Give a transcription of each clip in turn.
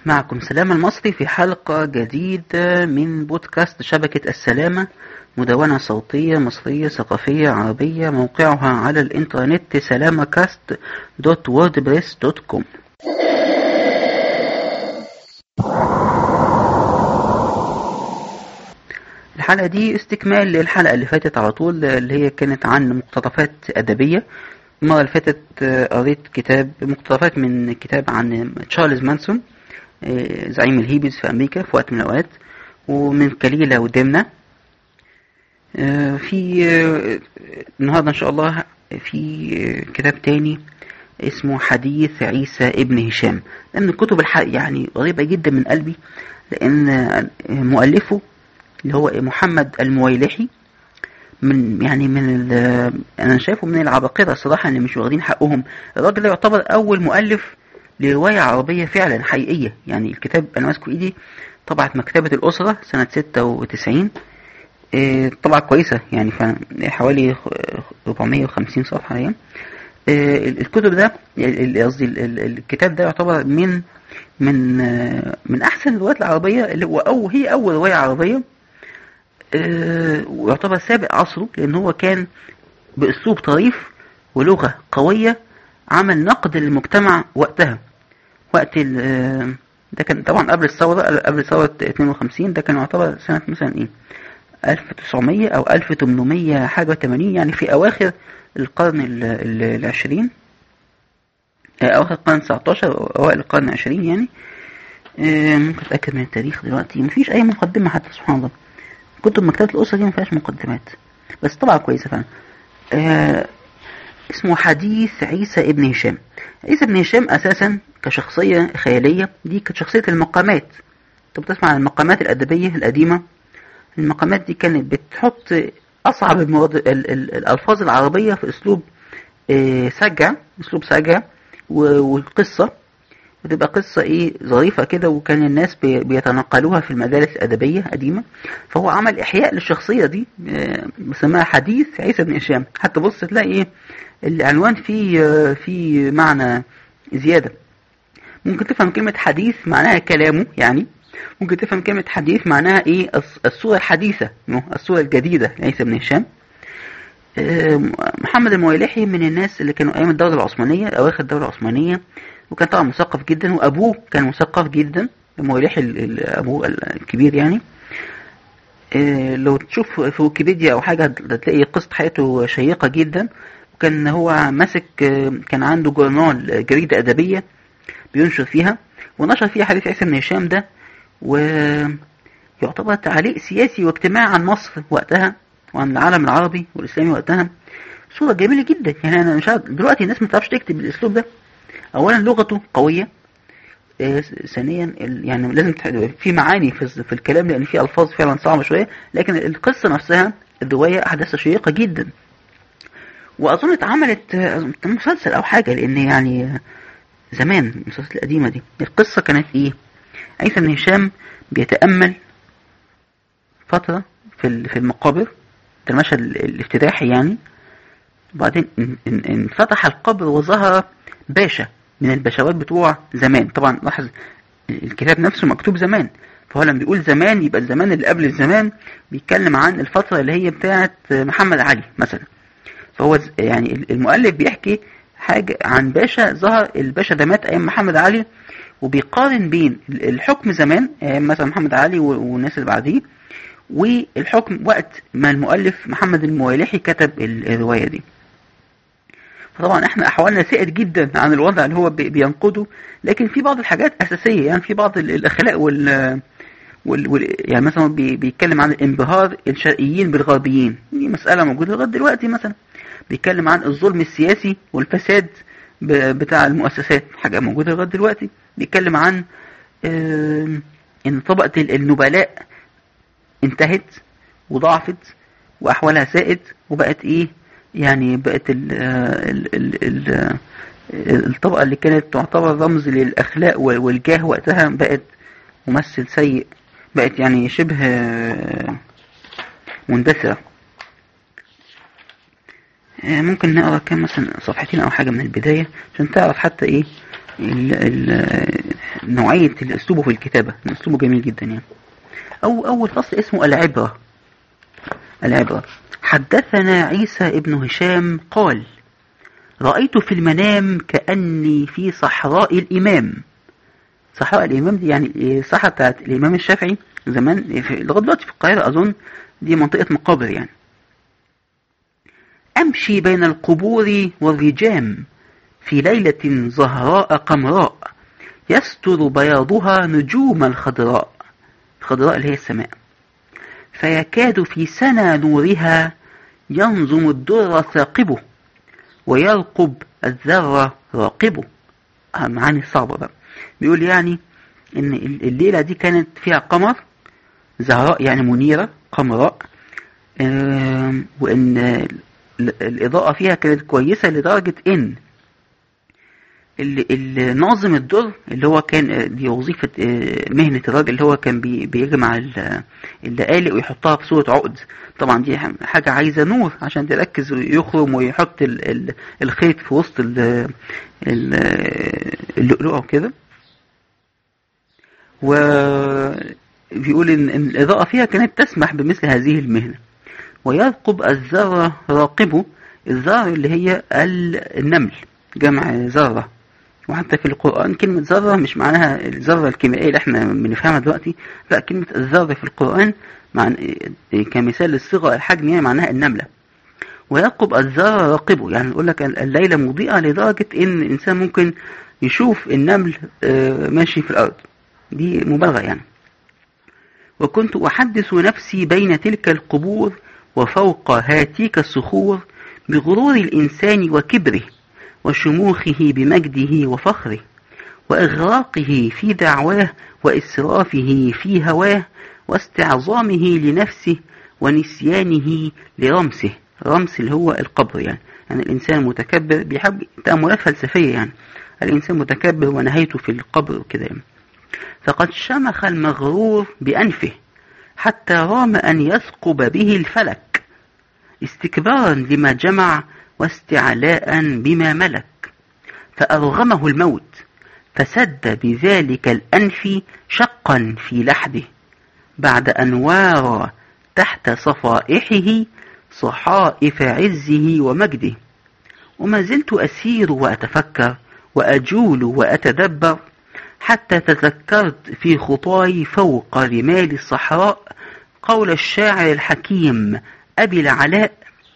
معكم سلام المصري في حلقة جديدة من بودكاست شبكة السلامة، مدونة صوتية مصرية ثقافية عربية، موقعها على الإنترنت salamacast.wordpress.com. الحلقة دي استكمال للحلقة اللي فاتت على طول، اللي هي كانت عن مقتطفات أدبية. المرة اللي فاتت قريت مقتطفات من كتاب عن تشارلز مانسون، زعيم الهيبيز في أمريكا في وقت من الأوقات، ومن كليلة ودمنة. في النهاردة إن شاء الله في كتاب تاني اسمه حديث عيسى ابن هشام. ده من الكتب يعني قريبة جدا من قلبي، لأن مؤلفه اللي هو محمد المويلحي أنا شايفه من العباقرة الصراحة اللي مش واخدين حقهم. الراجل ده يعتبر أول مؤلف لرواية عربية فعلا حقيقية. يعني الكتاب أنا ماسكه إيدي، طبعة مكتبة الأسرة سنة 96، طبعة كويسة يعني، حوالي 450 صفحة يعني. الكتب ده قصدي الكتاب ده يعتبر من أحسن الروايات العربية، هي أول رواية عربية، ويعتبر سابق عصره، لأن هو كان بأسلوب طريف ولغة قوية، عمل نقد للمجتمع وقتها. ده كان طبعا قبل ثورة 52. ده كان يعتبر سنة مثلا 1900 أو 1800 حاجة 80، يعني في أواخر القرن العشرين، أواخر القرن 19 أو أوائل القرن العشرين يعني. ممكن أتأكد من التاريخ دلوقتي، مفيش أي مقدمة حتى، سبحان الله. كتب مكتبة الأسرة دي مفيهاش مقدمات، بس طبعا كويسة فعلا. اسمه حديث عيسى ابن هشام. عيسى ابن هشام أساسا كشخصية خيالية، دي كانت شخصية المقامات. انت بتسمع عن المقامات الأدبية القديمة. المقامات دي كانت بتحط أصعب الألفاظ العربية في أسلوب سجع، والقصة بتبقى قصة ظريفة كده، وكان الناس بيتنقلوها في المدارس الأدبية قديمة. فهو عمل إحياء للشخصية دي، بسمها حديث عيسى بن هشام. حتى بص تلاقي العنوان فيه معنى زيادة. ممكن تفهم كلمة حديث معناها كلامه، يعني ممكن تفهم كلمة حديث معناها الصورة الحديثة، الصورة الجديدة لعيسى بن هشام. محمد المويلحي من الناس اللي كانوا أيام الدولة العثمانية، أواخر الدولة العثمانية، وكان طبعا مثقف جدا، وأبوه كان مثقف جدا. المويلحي أبوه الكبير يعني. لو تشوف في ويكيبيديا أو حاجة هتلاقي قصة حياته شيقة جدا. وكان هو كان عنده جريدة أدبية بينشر فيها، ونشر فيها حديث عيسى بن هشام ده، ويعتبر تعليق سياسي واجتماعي عن مصر وقتها، وعن العالم العربي والإسلامي وقتها. صورة جميلة جدا يعني. أنا مش عارف دلوقتي الناس ما تعرفش تكتب بالأسلوب ده. أولا لغته قوية، ثانيا يعني لازم في معاني في الكلام، لأن في ألفاظ فعلا صعبة شوية، لكن القصة نفسها الرواية أحداثها شيقة جدا. وأظن اتعملت مسلسل أو حاجة، لأن يعني زمان المسلسل القديمة دي القصة كانت عيسى بن هشام بيتأمل فترة في المقابر، ده المشهد الافتتاحي يعني. وبعدين انفتح القبر وظهر باشا من البشوات بتوع زمان. طبعا لاحظ الكتاب نفسه مكتوب زمان، فهو لما بيقول زمان يبقى الزمان اللي قبل الزمان، بيتكلم عن الفترة اللي هي بتاعت محمد علي مثلا. فهو يعني المؤلف بيحكي حاجة عن باشا ظهر. الباشا ده مات أيام محمد علي، وبيقارن بين الحكم زمان مثلا محمد علي والناس اللي بعديه، والحكم وقت ما المؤلف محمد المويلحي كتب الرواية دي. فطبعا احنا احوالنا سئت جدا عن الوضع اللي هو بينقده، لكن في بعض الحاجات اساسية، يعني في بعض الاخلاق يعني مثلا بيتكلم عن الانبهار الشرقيين بالغربيين، دي مسألة موجودة لغاية دلوقتي. مثلا بيتكلم عن الظلم السياسي والفساد بتاع المؤسسات، حاجة موجودة لغاية دلوقتي. بيتكلم عن ان طبقة النبلاء انتهت وضعفت، واحوالها سائد، وبقت يعني بقت الطبقة اللي كانت تعتبر رمز للأخلاق والجاه وقتها بقت ممثل سيء، بقت يعني شبه مندثرة. ممكن نقرأ كام مثلا صفحتين أو حاجة من البداية عشان تعرف حتى نوعية الأسلوب في الكتابة، أسلوبه جميل جدا يعني. أول فصل اسمه العبرة. حدثنا عيسى ابن هشام قال: رأيت في المنام كأني في صحراء الإمام. صحراء الإمام دي يعني صحراء بتاعت الإمام الشافعي زمان، لغاية دلوقتي في القاهرة أظن دي منطقة مقابر يعني. أمشي بين القبور والرجام في ليلة زهراء قمراء يستر بياضها نجوم الخضراء اللي هي السماء، فيكاد في سنى نورها ينظم الدر ثاقبه ويرقب الذرة راقبه. معاني صعبة بقى. بيقول يعني إن الليلة دي كانت فيها قمر زهراء يعني منيرة قمراء، وإن الإضاءة فيها كانت كويسة لدرجة إن الناظم الدر اللي هو كان دي وظيفة مهنة الراجل اللي هو كان بيجمع اللقالق ويحطها في صورة عقد. طبعا دي حاجة عايزة نور عشان تركز ويخرم ويحط الخيط في وسط اللؤلؤة وكده. وبيقول إن الإضاءة فيها كانت تسمح بمثل هذه المهنة. ويرقب الذرة راقبه، الذرة اللي هي النمل جمع ذرة. وحتى في القرآن كلمة ذرة مش معناها الذرة الكيميائية اللي احنا بنفهمها دلوقتي، لا، كلمة الذرة في القرآن كمثال للصيغة الحجم يعني معناها النملة. ويرقب الذرة راقبه يعني يقول لك الليلة مضيئة لدرجة ان الانسان ممكن يشوف النمل ماشي في الارض، دي مبالغة يعني. وكنت أحدث نفسي بين تلك القبور وفوق هاتيك الصخور بغرور الإنسان وكبره وشموخه بمجده وفخره وإغراقه في دعواه وإسرافه في هواه واستعظامه لنفسه ونسيانه لرمسه. رمس اللي هو القبر يعني الإنسان متكبر بيحب تأملات فلسفية يعني. الإنسان متكبر ونهايته في القبر كده يعني. فقد شمخ المغرور بأنفه حتى رام أن يثقب به الفلك استكبارا لما جمع واستعلاء بما ملك، فأرغمه الموت فسد بذلك الأنف شقا في لحده بعد أن وار تحت صفائحه صحائف عزه ومجده. وما زلت أسير وأتفكر وأجول وأتدبر حتى تذكرت في خطاي فوق رمال الصحراء قول الشاعر الحكيم أبي العلاء: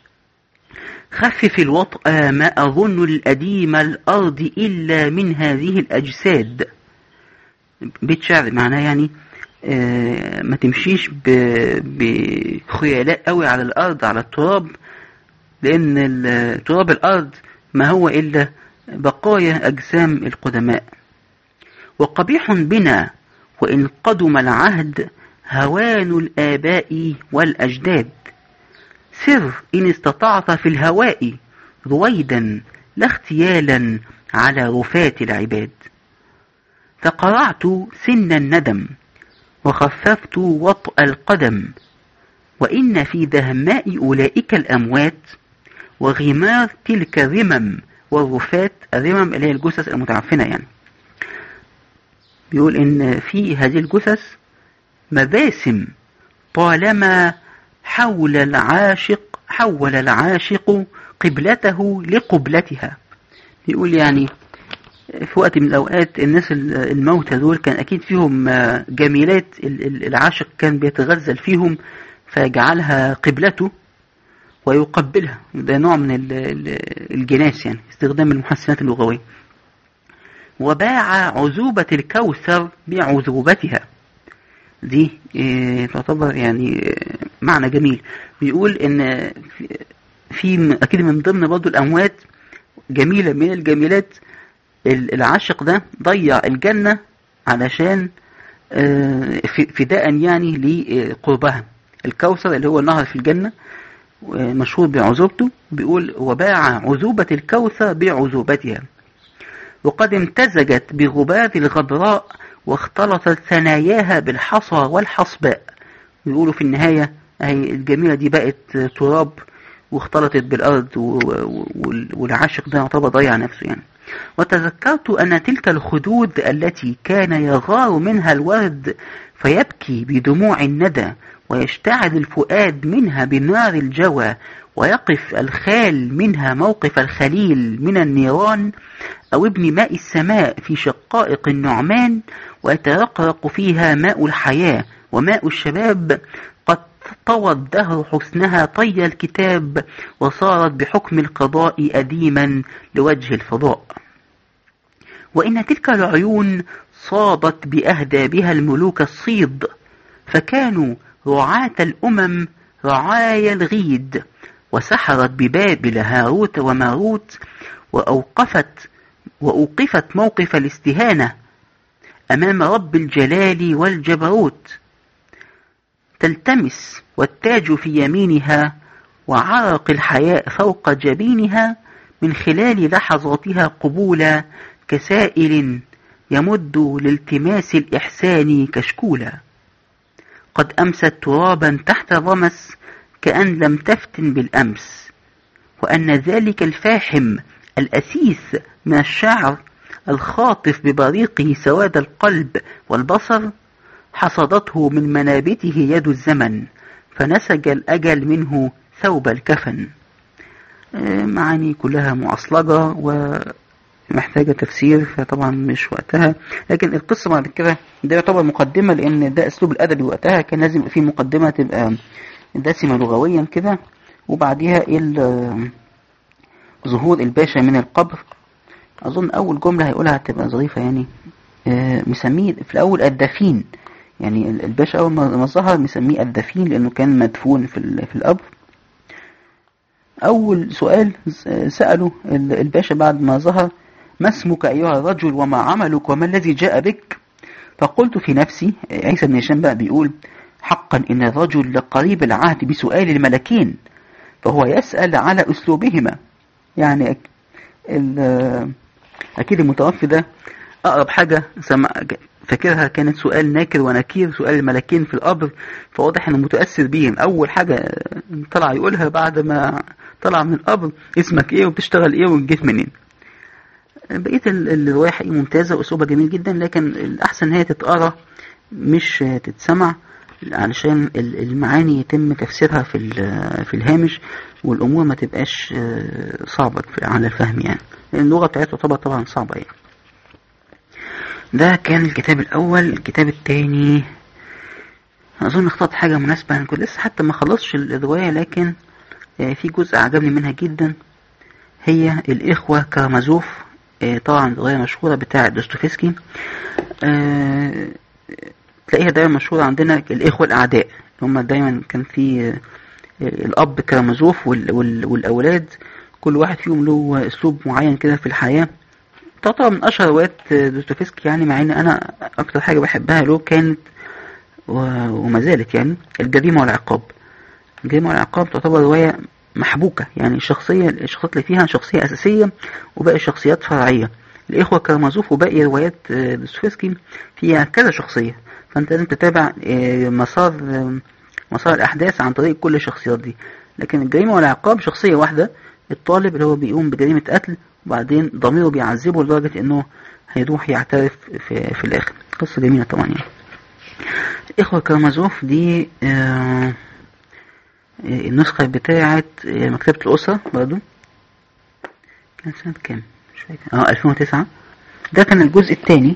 خفف الوطأ ما أظن الأديم الأرض إلا من هذه الأجساد. بيت شعر معناه يعني ما تمشيش بخيلاء قوي على الأرض على التراب، لأن تراب الأرض ما هو إلا بقايا أجسام القدماء. وقبيح بنا وإن قدم العهد هوان الآباء والأجداد، سر إن استطعت في الهواء رويدا لا اختيالا على رفات العباد. فقرعت سن الندم وخففت وطأ القدم، وإن في دهماء أولئك الأموات وغمار تلك الرمم والرفات. الرمم اللي هي الجثث المتعفنة يعني. بيقول إن في هذه الجثث مباسم طالما حول العاشق قبلته لقبلتها. بيقول يعني في وقت من الأوقات الناس الموتى دول كان أكيد فيهم جميلات العاشق كان بيتغزل فيهم فيجعلها قبلته ويقبلها. ده نوع من الجناس يعني، استخدام المحسنات اللغوية. وباع عذوبة الكوثر بعذوبتها، دي تعتبر يعني معنى جميل. بيقول ان في اكيد من ضمن برضه الاموات جميلة من الجميلات العاشق ده ضيع الجنة علشان فداء يعني لقربها. الكوثر اللي هو النهر في الجنة مشهور بعذوبته. بيقول وباع عذوبة الكوثر بعذوبتها، وقد امتزجت بغبار الغبراء واختلطت ثناياها بالحصى والحصباء. بيقولوا في النهاية هي الجميلة دي بقت تراب واختلطت بالأرض، والعاشق ده يعتبر ضيع نفسه يعني. وتذكرت أن تلك الخدود التي كان يغار منها الورد فيبكي بدموع الندى، ويشتعل الفؤاد منها بنار الجوى، ويقف الخال منها موقف الخليل من النيران، أو ابن ماء السماء في شقائق النعمان، ويترقرق فيها ماء الحياة وماء الشباب. قد طوى الدهر حسنها طي الكتاب، وصارت بحكم القضاء أديما لوجه الفضاء. وإن تلك العيون صابت بأهدى بها الملوك الصيد، فكانوا رعاة الأمم رعايا الغيد، وسحرت ببابل هاروت وماروت، وأوقفت موقف الاستهانة أمام رب الجلال والجبروت، تلتمس والتاج في يمينها، وعرق الحياء فوق جبينها، من خلال لحظاتها قبولا، كسائل يمد لالتماس الإحسان كشكولا. قد أمست ترابا تحت الرمس، كأن لم تفتن بالأمس، وأن ذلك الفاحم الأسيس من الشعر الخاطف ببريقه سواد القلب والبصر، حصدته من منابته يد الزمن، فنسج الأجل منه ثوب الكفن. معاني كلها معصلجة ومحتاجة تفسير، فطبعا مش وقتها. لكن القصة بعد كده ده يعتبر مقدمة، لأن ده أسلوب الأدبي وقتها، كان لازم في مقدمة تبقى دسمة لغويا كده، وبعديها ظهور الباشا من القبر. أظن أول جملة هيقولها هتبقى ظريفة، يعني مسميه في الأول الدفين، يعني الباشا أول ما ظهر مسميه الدفين لأنه كان مدفون في القبر. أول سؤال سأله الباشا بعد ما ظهر: ما اسمك أيها الرجل وما عملك وما الذي جاء بك؟ فقلت في نفسي، عيسى بن هشام بقى بيقول: حقا إن الرجل لقريب العهد بسؤال الملكين، فهو يسأل على أسلوبهما. يعني أكيد المتوفي ده أقرب حاجة فاكرها كانت سؤال ناكر ونكير، سؤال الملكين في القبر، فواضح انه متأثر بيهم. اول حاجة طلع يقولها بعد ما طلع من القبر: اسمك ايه وبتشتغل ايه وجيت منين. بقية الرواية حقيقي ممتازة واسلوبها جميل جدا، لكن الاحسن هي تتقرأ مش تتسمع، علشان المعاني يتم تفسيرها في الهامش، والامور ما تبقاش صعبة على الفهم، يعني لان اللغة بتاعتها طبعا صعبة يعني. ده كان الكتاب الأول. الكتاب الثاني أظن اخترت حاجة مناسبة، أنا كنت لسه حتى ما خلصش الرواية، لكن في جزء عجبني منها جدا، هي الإخوة كارامازوف. طبعا رواية مشهورة بتاع دوستويفسكي، تلاقيها دايما مشهورة عندنا. الإخوة الأعداء هم دايما كان في الأب كارامازوف والأولاد، كل واحد فيهم له أسلوب معين كده في الحياة. تعتبر من أشهر روايات دوستويفسكي، يعني مع إن أنا أكتر حاجة بحبها له كانت وما زالت يعني الجريمة والعقاب. الجريمة والعقاب تعتبر رواية محبوكة، يعني الشخصيات اللي فيها شخصية أساسية وباقي الشخصيات فرعية. الإخوة كارامازوف وباقي روايات دوستويفسكي فيها كذا شخصية، فأنت لازم تتابع مسار الأحداث عن طريق كل الشخصيات دي. لكن الجريمة والعقاب شخصية واحدة، الطالب اللي هو بيقوم بجريمة قتل، وبعدين ضميره بيعذبه لدرجة انه هيروح يعترف في الاخر. قصة جميلة طبعا يعني. اخوة كارامازوف دي النسخة بتاعت مكتبة الأسرة برضو، كان سنة كام مش فاكر، 2009. ده كان الجزء الثاني،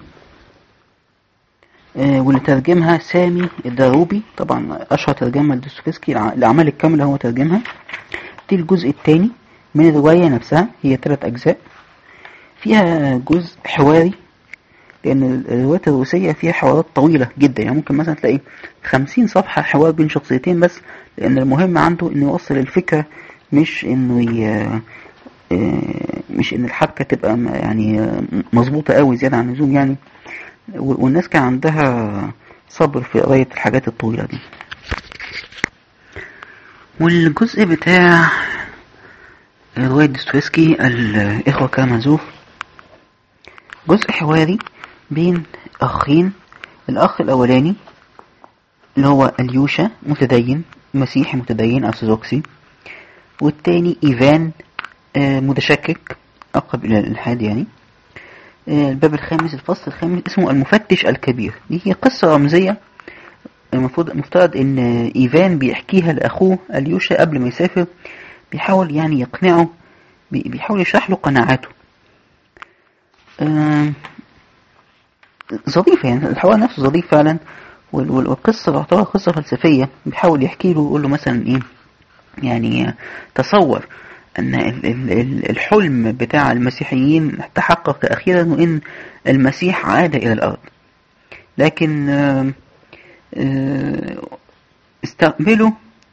واللي ترجمها سامي الداروبي، طبعا اشهر ترجمة لدوستويفسكي، الأعمال الكاملة هو ترجمها. دي الجزء الثاني من الرواية نفسها، هي 3 أجزاء، فيها جزء حواري، لأن الروايات الروسية فيها حوارات طويلة جدا، يعني ممكن مثلا تلاقي 50 صفحة حوار بين شخصيتين بس، لأن المهم عنده إنه يوصل الفكرة، مش إنه مش إن الحبكة تبقى يعني مظبوطة قوي زيادة عن اللزوم يعني. والناس كان عندها صبر في قراية الحاجات الطويلة دي. والجزء بتاع رواية دوستويفسكي الإخوة كارامازوف جزء حواري بين أخين. الأخ الأولاني اللي هو اليوشا، متدين مسيحي متدين أرثوذكسي، والتاني إيفان متشكك أقرب إلى الإلحاد يعني. الباب الخامس الفصل الخامس اسمه المفتش الكبير. دي هي قصة رمزية مفترض ان ايفان بيحكيها لاخوه اليوشا قبل ما يسافر، بيحاول يعني يقنعه، بيحاول يشرح له قناعاته. ظريفة يعني، الحوار نفسه ظريف فعلا، والقصة تعتبر قصة فلسفية. بيحاول يحكي له، يقول له مثلا ايه يعني، تصور ان الحلم بتاع المسيحيين تحقق اخيرا، وان المسيح عاد الى الارض، لكن استقبلوا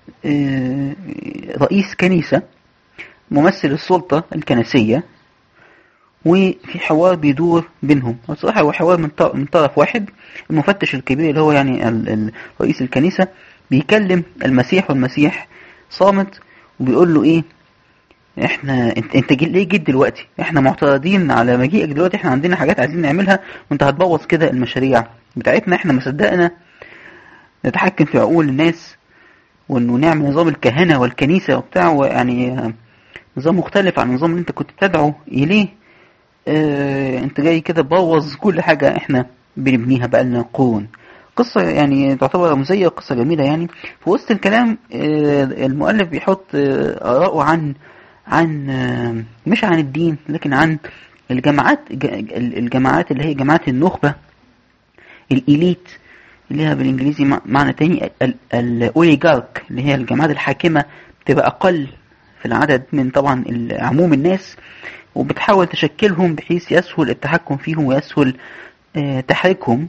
رئيس كنيسة ممثل السلطة الكنسية، وفي حوار بيدور بينهم. والصراحة هو حوار من طرف واحد، المفتش الكبير اللي هو يعني رئيس الكنيسة بيكلم المسيح، والمسيح صامت، وبيقول له ايه، انت ليه جيت دلوقتي؟ احنا معترضين على مجيئك دلوقتي، احنا عندنا حاجات عايزين نعملها، وانت هتبوظ كده المشاريع بتاعتنا. احنا ما صدقنا نتحكم في عقول الناس، وانه نعمل نظام الكهنة والكنيسة وبتاع، ويعني نظام مختلف عن النظام اللي انت كنت بتدعو اليه. انت جاي كده بوظ كل حاجة احنا بنبنيها بقالنا قرون. قصة يعني تعتبر رمزية، قصة جميلة يعني. في وسط الكلام المؤلف بيحط آراءه عن مش عن الدين، لكن عن الجماعات اللي هي جماعات النخبة، الإليت، اللي هي بالإنجليزي معنى تاني الأوليغارك، اللي هي الجماعات الحاكمة، بتبقى أقل في العدد من طبعا عموم الناس، وبتحاول تشكلهم بحيث يسهل التحكم فيهم ويسهل تحريكهم،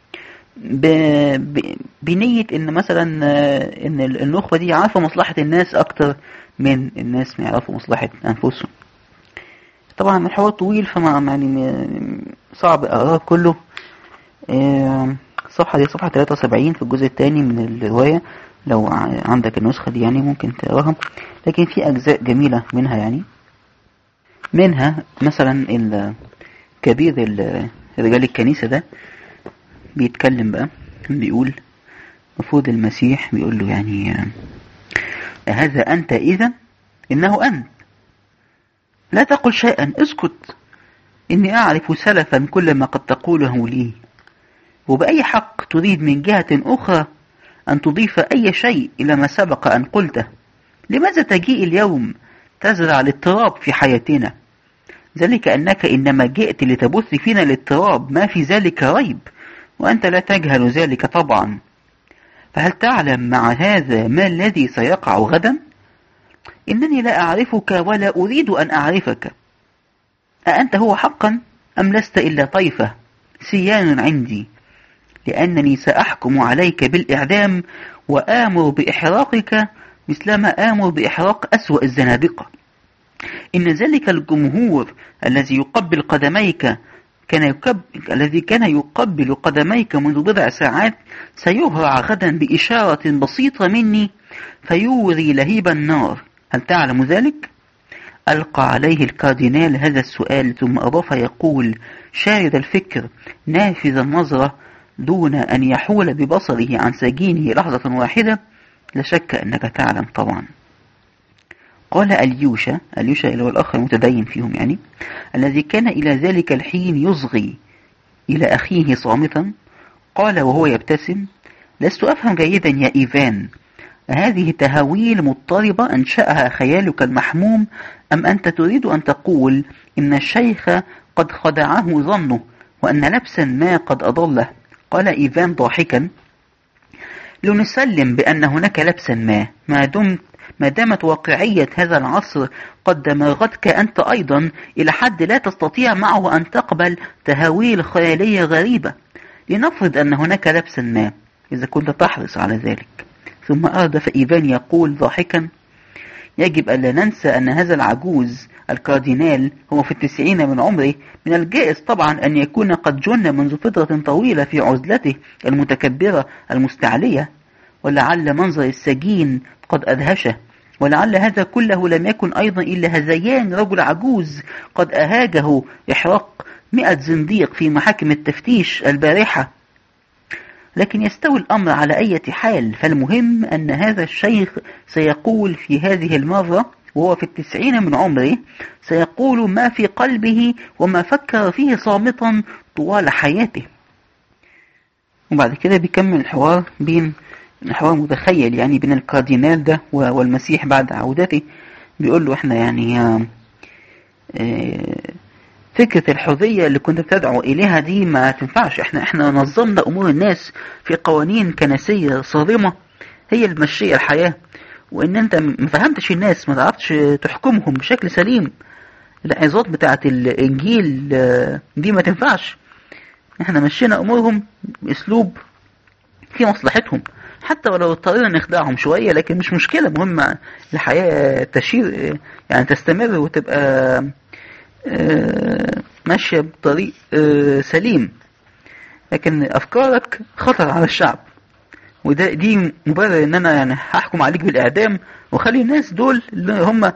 بنية ان مثلا ان النخبة دي عارفة مصلحة الناس اكتر من الناس ما يعرفوا مصلحة انفسهم. طبعا الحوار طويل، فما يعني صعب اقراه كله. الصفحة دي صفحة 73 في الجزء الثاني من الرواية، لو عندك النسخة دي يعني ممكن تقراها، لكن في اجزاء جميلة منها يعني. منها مثلا كبير رجال الكنيسة ده بيتكلم بقى، بيقول مفروض المسيح بيقول له يعني هذا أنت إذا؟ إنه أنت، لا تقل شيئا، اسكت، إني أعرف سلفا كل ما قد تقوله لي، وبأي حق تريد من جهة أخرى أن تضيف أي شيء إلى ما سبق أن قلته؟ لماذا تجيء اليوم تزرع الاضطراب في حياتنا؟ ذلك أنك إنما جئت لتبث فينا الاضطراب، ما في ذلك ريب، وأنت لا تجهل ذلك طبعا. فهل تعلم مع هذا ما الذي سيقع غدا؟ إنني لا أعرفك ولا أريد أن أعرفك. أأنت هو حقا أم لست إلا طيفة سيان عندي؟ لأنني سأحكم عليك بالإعدام، وآمر بإحراقك مثلما آمر بإحراق أسوأ الزنادقة. إن ذلك الجمهور الذي يقبل قدميك الذي كان يقبل قدميك منذ بضع ساعات سيهرع غدا بإشارة بسيطة مني فيوري لهيب النار. هل تعلم ذلك؟ ألقى عليه الكاردينال هذا السؤال، ثم أضاف يقول شارد الفكر نافذ النظرة دون أن يحول ببصره عن سجينه لحظة واحدة: لا شك أنك تعلم طبعا. قال اليوشا اللي هو الأخ المتدين فيهم يعني، الذي كان إلى ذلك الحين يصغي إلى أخيه صامتا، قال وهو يبتسم: لست أفهم جيدا يا إيفان، هذه تهاويل مضطربة أنشأها خيالك المحموم، أم أنت تريد أن تقول إن الشيخ قد خدعه ظنه، وأن لبسا ما قد أضله؟ قال إيفان ضاحكا: لنسلم بأن هناك لبسا ما دامت واقعية هذا العصر قد دمغتك أنت أيضا إلى حد لا تستطيع معه أن تقبل تهاويل خيالية غريبة. لنفرض أن هناك لبسا ما، إذا كنت تحرص على ذلك. ثم أردف إيفان يقول ضاحكا: يجب ألا ننسى أن هذا العجوز الكاردينال هو في 90 من عمره، من الجائز طبعا أن يكون قد جن منذ فترة طويلة في عزلته المتكبرة المستعلية، ولعل منظر السجين قد أدهشه، ولعل هذا كله لم يكن أيضا إلا هذيان رجل عجوز قد أهاجه إحراق 100 زنديق في محاكم التفتيش البارحة. لكن يستوي الأمر على أي حال، فالمهم أن هذا الشيخ سيقول في هذه المرة وهو في 90 من عمره سيقول ما في قلبه وما فكر فيه صامتا طوال حياته. وبعد كده بيكمل الحوار حوار متخيل يعني بين الكاردينال ده والمسيح بعد عودته. بيقول له احنا يعني فكرة الحرية اللي كنت بتدعو إليها دي ما تنفعش. احنا نظمنا أمور الناس في قوانين كنسية صارمة هي اللي ماشية الحياة، وإن أنت ما فهمتش الناس، ما تعرفتش تحكمهم بشكل سليم. العظات بتاعت الإنجيل دي ما تنفعش. احنا مشينا أمورهم بأسلوب في مصلحتهم، حتى ولو اضطرينا نخدعهم شوية، لكن مش مشكلة. مهم الحياة تشير يعني تستمر وتبقى ماشية بطريق سليم، لكن أفكارك خطر على الشعب، دي مبرر ان انا يعني هحكم عليك بالإعدام، وخلي الناس دول اللي هم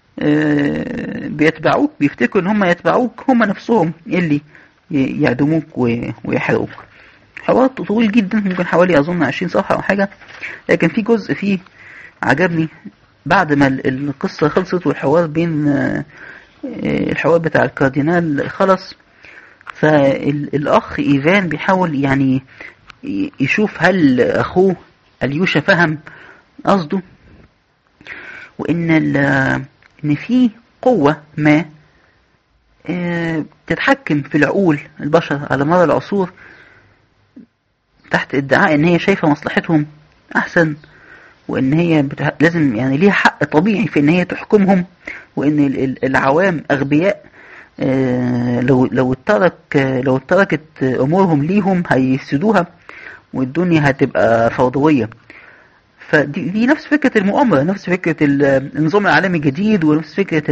بيتبعوك بيفتكروا ان هم يتبعوك هم نفسهم اللي يعدموك ويحرقوك. حوار طويل جدا، ممكن حوالي أظن 20 صفحة أو حاجة، لكن في جزء فيه عجبني بعد ما القصة خلصت والحوار بين الحوار بتاع الكاردينال خلص. فالأخ إيفان بيحاول يعني يشوف هل أخوه اليوشا فهم قصده، وإن في قوة ما تتحكم في العقول البشر على مر العصور تحت ادعاء ان هي شايفة مصلحتهم احسن، وان هي لازم يعني ليها حق طبيعي في ان هي تحكمهم، وان العوام اغبياء. لو اتركت امورهم ليهم هيفسدوها والدنيا هتبقى فوضوية. فدي نفس فكرة المؤامرة، نفس فكرة النظام العالمي الجديد، ونفس فكرة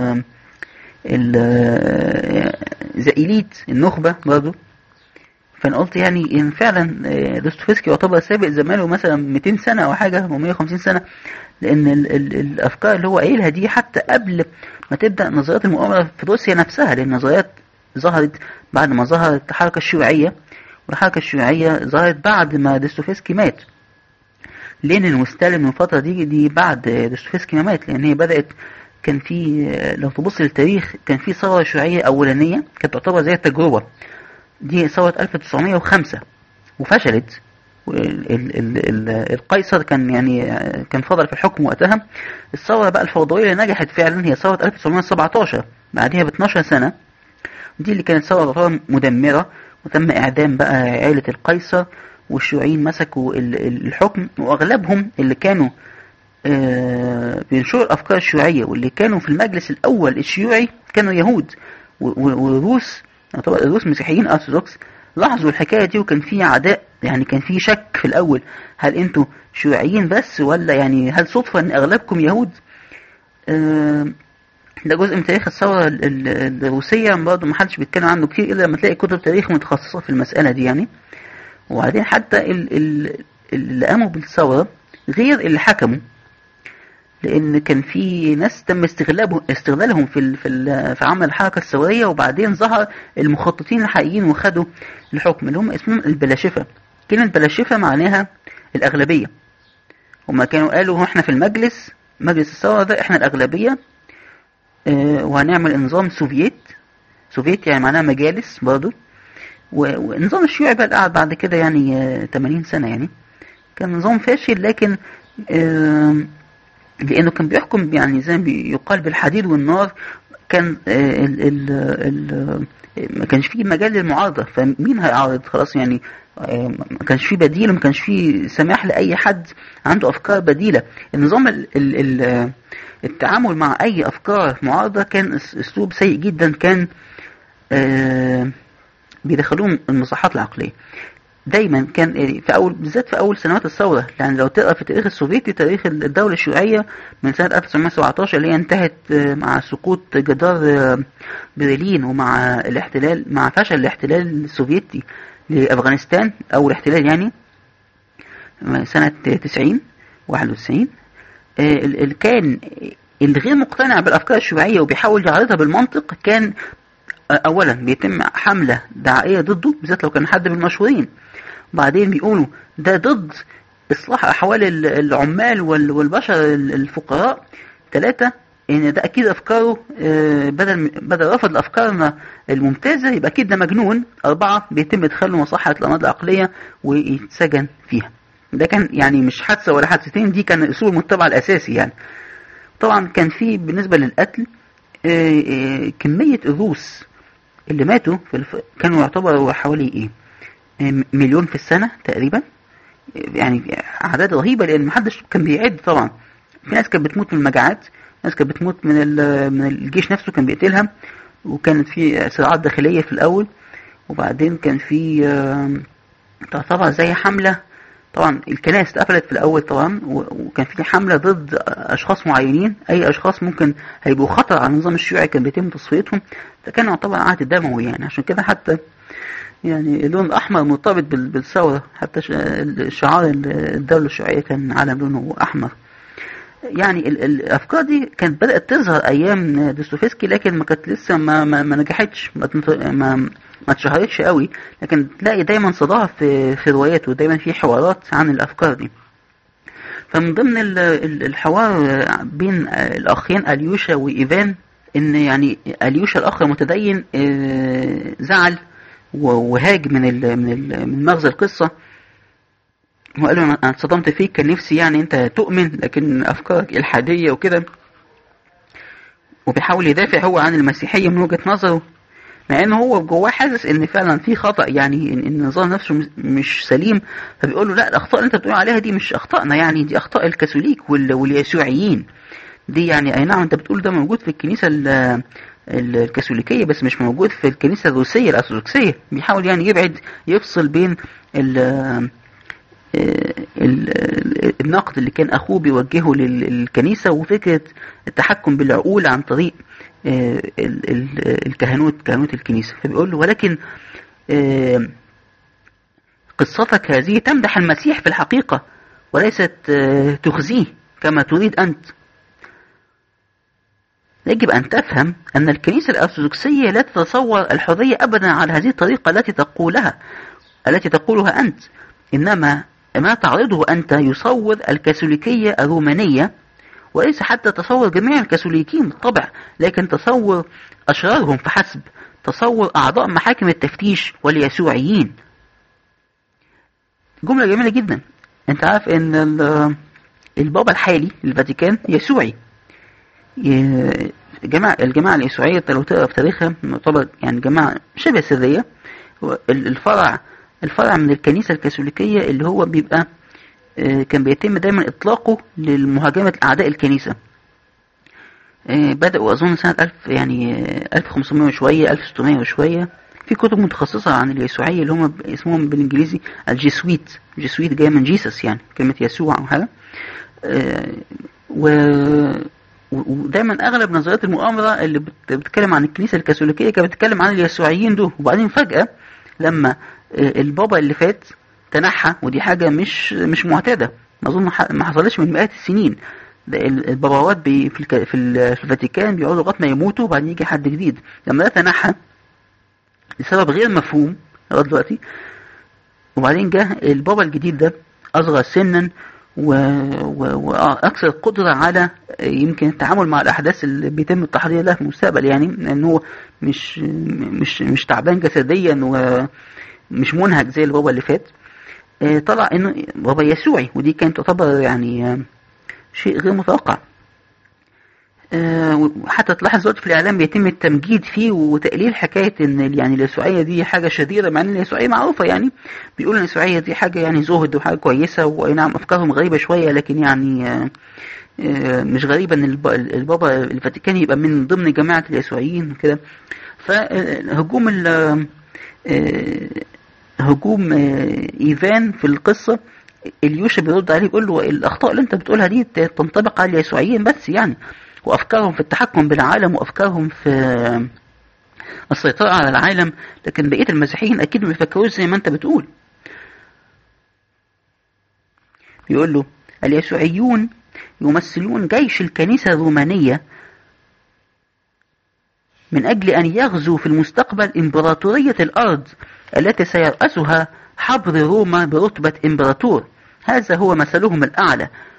ذا إليت النخبة برضو. فانا قلت يعني ان فعلا دوستويفسكي يعتبر سابق زمانه مثلا 200 سنة او حاجة او 150 سنة، لان الافكار اللي هو قايلها دي حتى قبل ما تبدأ نظريات المؤامرة في روسيا نفسها، لان النظريات ظهرت بعد ما ظهرت الحركة الشيوعية، والحركة الشيوعية ظهرت بعد ما دوستويفسكي مات. لينين وستالين من الفترة دي بعد دوستويفسكي ما مات، لان هي بدأت كان في لو تبص للتاريخ كان في ثورة شيوعية أولانية كانت تعتبر زي التجربة، دي ثورة 1905 وفشلت. القيصر كان فضل في الحكم وقتها. الثورة بقى الفوضوية اللي نجحت فعلا هي ثورة 1917 بعدها ب12 سنة، دي اللي كانت ثورة مدمرة، وتم إعدام بقى عائلة القيصر، والشيوعيين مسكوا الحكم، وأغلبهم اللي كانوا بينشروا الأفكار الشيوعية واللي كانوا في المجلس الأول الشيوعي كانوا يهود والروس، طبعا الروس مسيحيين أرثوذكس. لاحظوا الحكاية دي وكان في عداء، يعني كان في شك في الأول، هل أنتوا شيوعيين بس ولا يعني هل صدفة أن أغلبكم يهود؟ ده جزء من تاريخ الثورة الروسية برضه محدش بيتكلم عنه كتير إلا لما تلاقي كتب تاريخ متخصصة في المسألة دي يعني. وبعدين حتى اللي قاموا بالثورة غير اللي حكموا، لأن كان في ناس تم استغلالهم في عمل الحركة الثورية، وبعدين ظهر المخططين الحقيقيين وخدوا الحكم اللي هم اسمهم البلاشفة. كلمة بلاشفة معناها الأغلبية. هما كانوا قالوا احنا في مجلس الثورة ده احنا الأغلبية، وهنعمل نظام سوفيت يعني معناها مجالس برضو. ونظام الشيوعي بقى قعد بعد كده يعني 80 سنة، يعني كان نظام فاشل، لكن لأنه كان بيحكم يعني زي ما بيقال بالحديد والنار. كان ما كانش فيه مجال للمعارضة، فمين هيعارض خلاص يعني. ما كانش فيه بديل، وما كانش فيه سماح لأي حد عنده أفكار بديلة. النظام التعامل مع أي أفكار معارضة كان أسلوب سيء جدا، كان بيدخلوهم المصحات العقلية. دايما كان بالذات في أول سنوات الثورة، يعني لو تقرأ في التاريخ السوفيتي تاريخ الدولة الشيوعية من سنة 1917 اللي هي انتهت مع سقوط جدار برلين، ومع الاحتلال، مع فشل الاحتلال السوفيتي لأفغانستان أو الاحتلال يعني سنة 91. كان الغير مقتنع بالأفكار الشيوعية وبيحاول يعرضها بالمنطق كان أولا بيتم حملة دعائية ضده، بالذات لو كان حد من المشهورين. بعدين بيقولوا ده ضد إصلاح أحوال العمال والبشر الفقراء. 3 ان ده اكيد افكاره بدل رفض افكارنا الممتازة يبقى اكيد ده مجنون. 4 بيتم ادخاله مصحة الامراض العقلية ويتسجن فيها. ده كان يعني مش حادثة ولا حادثتين، دي كان الاسلوب المتبع الاساسي يعني. طبعا كان في بالنسبة للقتل كمية الروس اللي ماتوا كانوا يعتبروا حوالي 1,000,000 في السنة تقريبا، يعني اعداد رهيبة لان محدش كان بيعد. طبعا في ناس كانت بتموت من المجاعات، ناس كانت بتموت من الجيش نفسه كان بيقتلها، وكانت في صراعات داخلية في الاول، وبعدين كان في تعتبر زي حملة. طبعا الكنائس اتقفلت في الاول طبعا، وكان في حملة ضد اشخاص معينين، اي اشخاص ممكن هيبقوا خطر على النظام الشيوعي كان بيتم تصفيتهم. فكان يعتبر عهد دموي يعني. عشان كده حتى يعني اللون الاحمر مرتبط بالثورة، حتى شعار الدولة الشيوعية كان علم لونه احمر. يعني الافكار دي كانت بدأت تظهر ايام دوستويفسكي، لكن ما كانت لسه ما نجحتش، ما اتشهرتش قوي، لكن تلاقي دايما صداها في رواياته، دايما في حوارات عن الافكار دي. فمن ضمن الحوار بين الاخين اليوشا وايفان، ان يعني اليوشا الاخ المتدين زعل وهاج من مغزى القصة، وقال له انا اتصدمت فيك، كان نفسي يعني انت تؤمن لكن افكارك الحادية وكده، وبيحاول يدافع هو عن المسيحية من وجهة نظره، مع انه هو جواه حاسس ان فعلا في خطأ، يعني ان النظام نفسه مش سليم. فبيقول له لا، الاخطاء اللي انت بتقول عليها دي مش اخطائنا، يعني دي اخطاء الكاثوليك واليسوعيين. دي يعني اي نعم انت بتقول ده موجود في الكنيسة الكاثوليكية، بس مش موجود في الكنيسة الروسية الارثوذكسية. بيحاول يعني يبعد، يفصل بين النقد اللي كان أخوه بيوجهه للكنيسة، وفكرة التحكم بالعقول عن طريق كهنوت الكنيسة. فبيقول له ولكن قصتك هذه تمدح المسيح في الحقيقة، وليست تخزيه كما تريد أنت. يجب أن تفهم أن الكنيسة الأرثوذكسية لا تتصور الحرية أبدا على هذه الطريقة التي تقولها أنت، إنما ما تعرضه أنت يصور الكاثوليكية الرومانية، وليس حتى تصور جميع الكاثوليكيين بالطبع، لكن تصور أشرارهم فحسب، تصور أعضاء محاكم التفتيش واليسوعيين. جملة جميلة جدا. أنت عارف أن البابا الحالي للفاتيكان يسوعي. الجماعة اليسوعية لو تقرأ في تاريخها طبعا يعني جماعة شبه سرية. الفرع من الكنيسة الكاثوليكية اللي هو بيبقى كان بيتم دايما إطلاقه للمهاجمة أعداء الكنيسة. بدأوا أظن سنة 1500 وشوية، 1600 وشوية. في كتب متخصصة عن اليسوعية اللي هم اسمهم بالإنجليزي الجيسويت. جيسويت جاي من جيسس، يعني كلمة يسوع أو حاجة. ودايما أغلب نظريات المؤامرة اللي بتتكلم عن الكنيسة الكاثوليكية كانت بتتكلم عن اليسوعيين دول. وبعدين فجأة لما البابا اللي فات تنحى، ودي حاجة مش معتادة، أظن ما حصلش من مئات السنين. الباباوات في الفاتيكان بيقعدوا لغاية ما يموتوا وبعدين يجي حد جديد. لما ده تنحى لسبب غير مفهوم لغاية دلوقتي، وبعدين جه البابا الجديد ده أصغر سنا وأكثر قدرة على يمكن التعامل مع الأحداث اللي بيتم التحضير لها في المستقبل، يعني لأنه مش تعبان جسديا ومش منهك زي البابا اللي فات. طلع إنه بابا يسوعي، ودي كانت تعتبر يعني شيء غير متوقع. حتى تلاحظ دلوقتي في الإعلام بيتم التمجيد فيه وتقليل حكاية إن يعني اليسوعية دي حاجة شديدة، مع إن اليسوعية معروفة، يعني بيقول إن اليسوعية دي حاجة يعني زهد وحاجة كويسة، وأي نعم أفكارهم غريبة شوية، لكن يعني مش غريبة إن البابا الفاتيكاني يبقى من ضمن جماعة اليسوعيين كده. فهجوم هجوم إيفان في القصة، اليوشا بيرد عليه يقول له الأخطاء اللي أنت بتقولها دي تنطبق على اليسوعيين بس، يعني وأفكارهم في التحكم بالعالم وأفكارهم في السيطرة على العالم، لكن بقية المسيحيين أكيد ما بيفكروش زي ما أنت بتقول. بيقول له اليسوعيون يمثلون جيش الكنيسة الرومانية من أجل أن يغزو في المستقبل إمبراطورية الأرض التي سيرأسها حبر روما برتبة إمبراطور. هذا هو مثلهم الأعلى،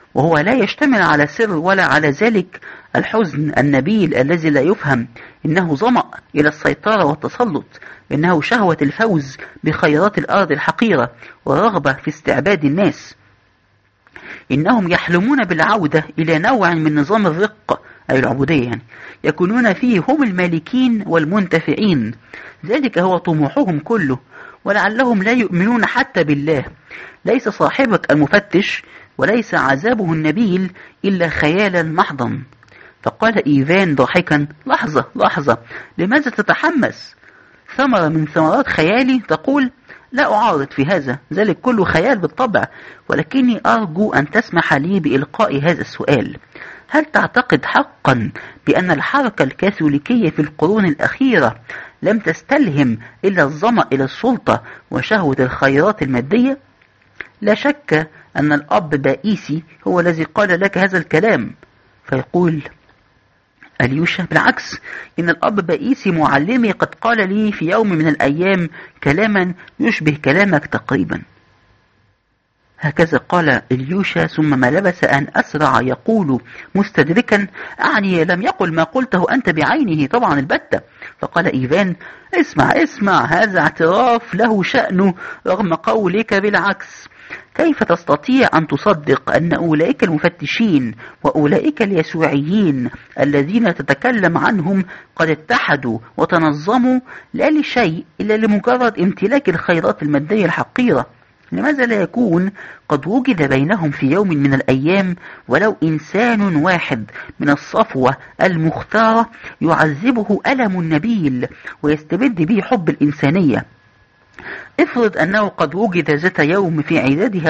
وهو لا يشتمل على سر ولا على ذلك الحزن النبيل الذي لا يفهم، إنه ظمأ إلى السيطرة والتسلط، إنه شهوة الفوز بخيرات الأرض الحقيرة ورغبة في استعباد الناس. إنهم يحلمون بالعودة إلى نوع من نظام الرق أي العبودية، يعني يكونون فيه هم المالكين والمنتفعين. ذلك هو طموحهم كله، ولعلهم لا يؤمنون حتى بالله. ليس صاحبك المفتش وليس عذابه النبيل إلا خيالا محضا. فقال إيفان ضاحكا: لحظة لحظة، لماذا تتحمس؟ ثمرة من ثمرات خيالي تقول؟ لا أعارض في هذا، ذلك كله خيال بالطبع، ولكني أرجو أن تسمح لي بإلقاء هذا السؤال: هل تعتقد حقا بأن الحركة الكاثوليكية في القرون الأخيرة لم تستلهم إلا الظمأ إلى السلطة وشهوة الخيرات المادية؟ لا شك أن الأب بائيسي هو الذي قال لك هذا الكلام. فيقول أليوشا: بالعكس، إن الأب بائيسي معلمي قد قال لي في يوم من الأيام كلاما يشبه كلامك تقريبا. هكذا قال إليوشا، ثم ما لبث أن أسرع يقول مستدركا: أعني لم يقل ما قلته أنت بعينه طبعا البتة. فقال إيفان: اسمع، هذا اعتراف له شأنه رغم قولك بالعكس. كيف تستطيع أن تصدق أن أولئك المفتشين وأولئك اليسوعيين الذين تتكلم عنهم قد اتحدوا وتنظموا لا لشيء إلا لمجرد امتلاك الخيرات المادية الحقيرة؟ لماذا لا يكون قد وجد بينهم في يوم من الأيام ولو إنسان واحد من الصفوة المختارة يعذبه ألم النبيل ويستبد به حب الإنسانية؟ افرض أنه قد وجد ذات يوم في عداد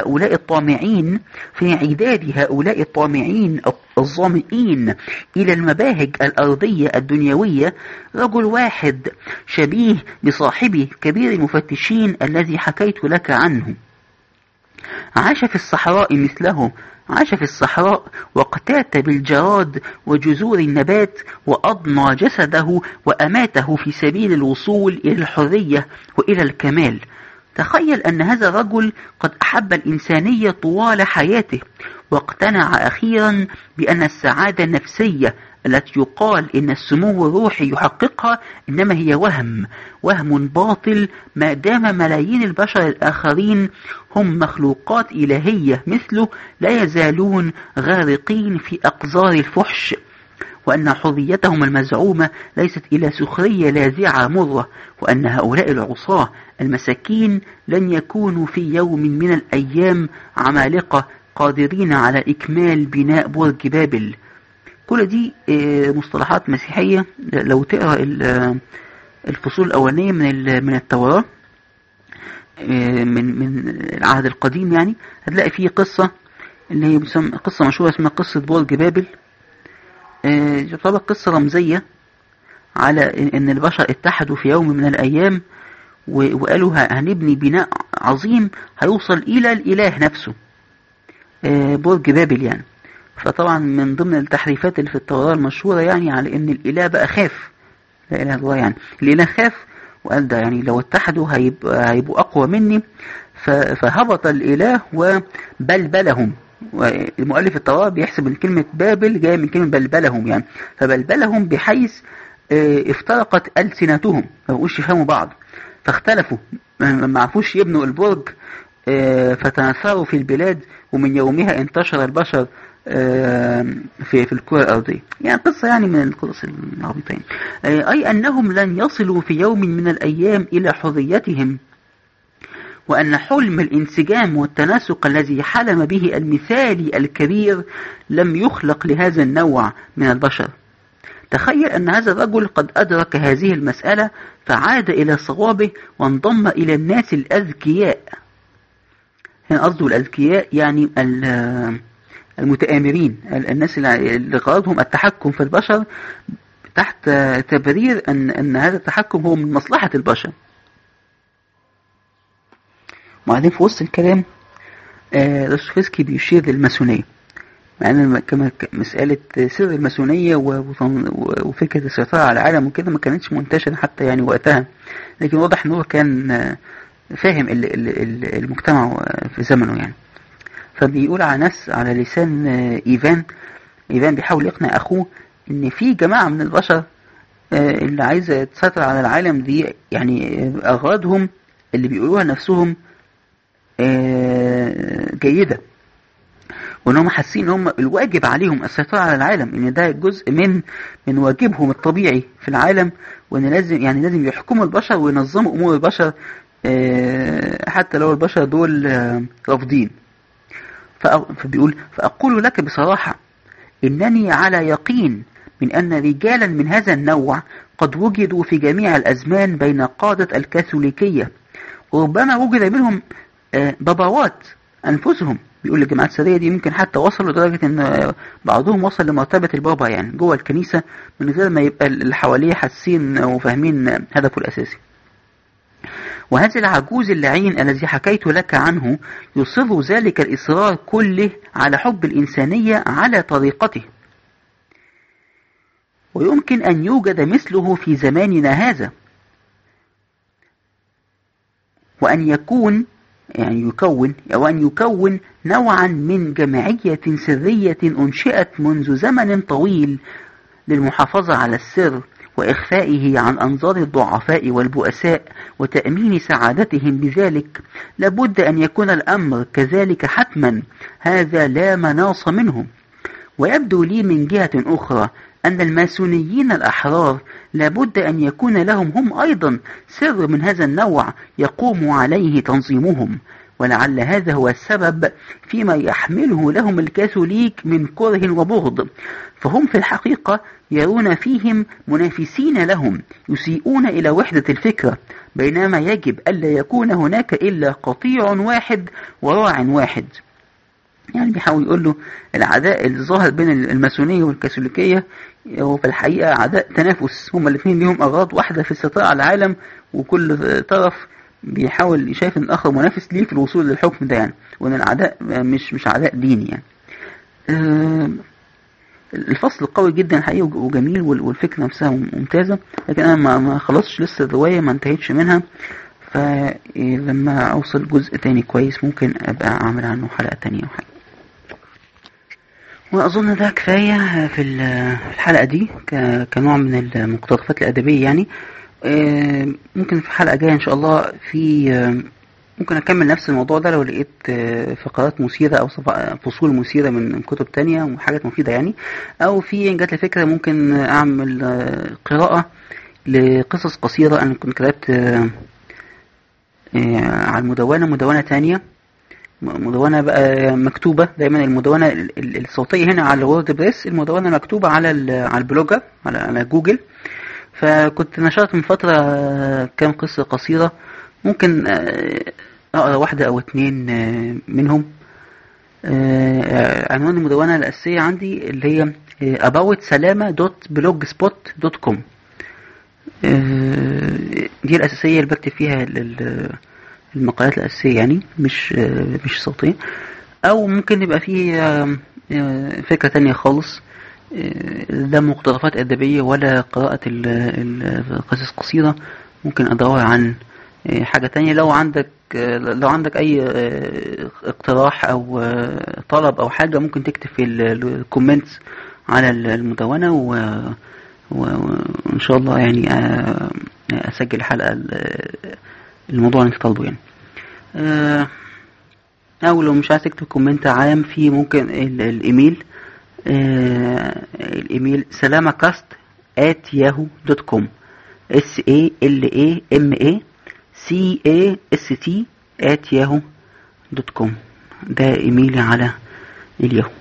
هؤلاء الطامعين الظامئين إلى المباهج الأرضية الدنيوية رجل واحد شبيه بصاحبه كبير المفتشين الذي حكيت لك عنه. عاش في الصحراء مثله، عاش في الصحراء واقتات بالجراد وجذور النبات وأضنى جسده وأماته في سبيل الوصول إلى الحرية وإلى الكمال. تخيل أن هذا الرجل قد أحب الإنسانية طوال حياته، واقتنع أخيرا بأن السعادة النفسية التي يقال إن السمو الروحي يحققها إنما هي وهم باطل، ما دام ملايين البشر الآخرين هم مخلوقات إلهية مثله لا يزالون غارقين في أقذار الفحش، وأن حريتهم المزعومة ليست إلى سخرية لاذعة مرة، وأن هؤلاء العصاة المساكين لن يكونوا في يوم من الأيام عمالقة قادرين على إكمال بناء برج بابل. كل دي مصطلحات مسيحية. لو تقرأ الفصول الأولانية من التوراة من العهد القديم، يعني هتلاقي فيه قصة اللي هي قصة مشهورة اسمها قصة برج بابل. تعتبر قصة رمزية على ان البشر اتحدوا في يوم من الأيام وقالوا هنبني بناء عظيم هيوصل إلى الإله نفسه، برج بابل يعني. فطبعا من ضمن التحريفات اللي في التوراة المشهورة يعني على ان الإله بقى خاف، لا إله الله، يعني الإله خاف وقال ده يعني لو اتحدوا هيبقوا أقوى مني، فهبط الإله وبلبلهم. والمؤلف التوراة بيحسب ان كلمة بابل جاية من كلمة بلبلهم، يعني فبلبلهم بحيث افترقت ألسنتهم، ما بقوش يفهموا بعض، فاختلفوا ما عرفوش يبنوا البرج، فتنثروا في البلاد، ومن يومها انتشر البشر في الكرة الأرضية. يعني قصة يعني من القصص العبيطين. أي أنهم لن يصلوا في يوم من الأيام إلى حريتهم، وأن حلم الانسجام والتناسق الذي حلم به المثالي الكبير لم يخلق لهذا النوع من البشر. تخيل أن هذا الرجل قد أدرك هذه المسألة فعاد إلى صوابه وانضم إلى الناس الأذكياء. هنا قصده الأذكياء يعني المتآمرين، الناس اللي غرضهم التحكم في البشر تحت تبرير أن هذا التحكم هو من مصلحة البشر. وبعدين في وسط الكلام دوستويفسكي بيشير للماسونية، مع ان كما مسألة سر الماسونية وفكرة السيطرة على العالم وكده ما كانتش منتشرة حتى يعني وقتها، لكن واضح انه كان فاهم المجتمع في زمنه يعني. فبيقول على لسان إيفان بيحاول يقنع أخوه إن في جماعة من البشر اللي عايزة تسيطر على العالم دي، يعني أغراضهم اللي بيقولوها نفسهم جيدة، وانهم حاسين ان هم الواجب عليهم السيطرة على العالم، ان ده جزء من واجبهم الطبيعي في العالم، وان لازم يحكموا البشر وينظموا امور البشر حتى لو البشر دول رافضين. فبيقول فأقول لك بصراحة إنني على يقين من أن رجالا من هذا النوع قد وجدوا في جميع الأزمان بين قادة الكاثوليكية، وربما وجد منهم باباوات أنفسهم. بيقول الجماعات السرية دي ممكن حتى وصلوا لدرجة أن بعضهم وصل لمرتبة البابا يعني جوه الكنيسة، من غير ما يبقى اللي حواليه حاسين وفاهمين هدفه الأساسي. وهذا العجوز اللعين الذي حكيت لك عنه يصر ذلك الإصرار كله على حب الإنسانية على طريقته، ويمكن أن يوجد مثله في زماننا هذا، وأن يكون نوعا من جمعية سرية أنشئت منذ زمن طويل للمحافظة على السر وإخفائه عن أنظار الضعفاء والبؤساء وتأمين سعادتهم بذلك. لابد أن يكون الأمر كذلك حتما، هذا لا مناص منه. ويبدو لي من جهة أخرى أن الماسونيين الأحرار لابد أن يكون لهم هم أيضا سر من هذا النوع يقوم عليه تنظيمهم، ولعل هذا هو السبب فيما يحمله لهم الكاثوليك من كره وبغض، فهم في الحقيقة يرون فيهم منافسين لهم يسيئون إلى وحدة الفكرة، بينما يجب ألا يكون هناك إلا قطيع واحد وراع واحد. يعني بيحاول يقول له العداء الظاهر بين الماسونية والكاثوليكية هو في الحقيقة عداء تنافس، هما الاثنين لهم أغراض واحدة في السيطرة على العالم، وكل طرف بيحاول يشايف ان الاخر منافس ليه في الوصول للحكم ده يعني، وان العداء مش عداء ديني يعني. الفصل قوي جدا حقيقي وجميل، والفكرة نفسها ممتازة، لكن انا ما خلصش لسه الرواية، ما انتهيتش منها، فلما اوصل جزء تاني كويس ممكن ابقى اعمل عنه حلقة تانية وحاجة. واظن ده كفاية في الحلقة دي كنوع من المقتطفات الادبية يعني. ممكن في حلقة جاية ان شاء الله ممكن اكمل نفس الموضوع ده لو لقيت فقرات مثيرة او فصول مثيرة من كتب تانية وحاجات مفيدة يعني، او في جات لي فكرة ممكن اعمل قراءة لقصص قصيرة. انا كنت كتبت على مدونة تانية، مدونة بقى مكتوبة. دايما المدونة الصوتية هنا على الوورد بريس، المدونة مكتوبة على البلوجر على جوجل. فكنت نشرت من فترة كام قصة قصيرة، ممكن أقرأ واحدة أو اتنين منهم. عنوان المدونة الأساسية عندي اللي هي aboutsalama.blogspot.com. دي الأساسية اللي بكتب فيها المقالات الأساسية يعني، مش صوتية. أو ممكن يبقى فيه فكرة تانية خالص، لا مقتطفات أدبية ولا قراءة القصص قصيرة. ممكن أدور عن حاجة تانية. لو عندك أي اقتراح أو طلب أو حاجة، ممكن تكتب في الكومنتس على المدونة، وإن شاء الله يعني أسجل حلقة الموضوع اللي انت طالبه يعني. أو لو مش عايز تكتب كومنت عام، في ممكن الإيميل salamacast@yahoo.com salamacast@yahoo.com. ده إيميلي على الياهو.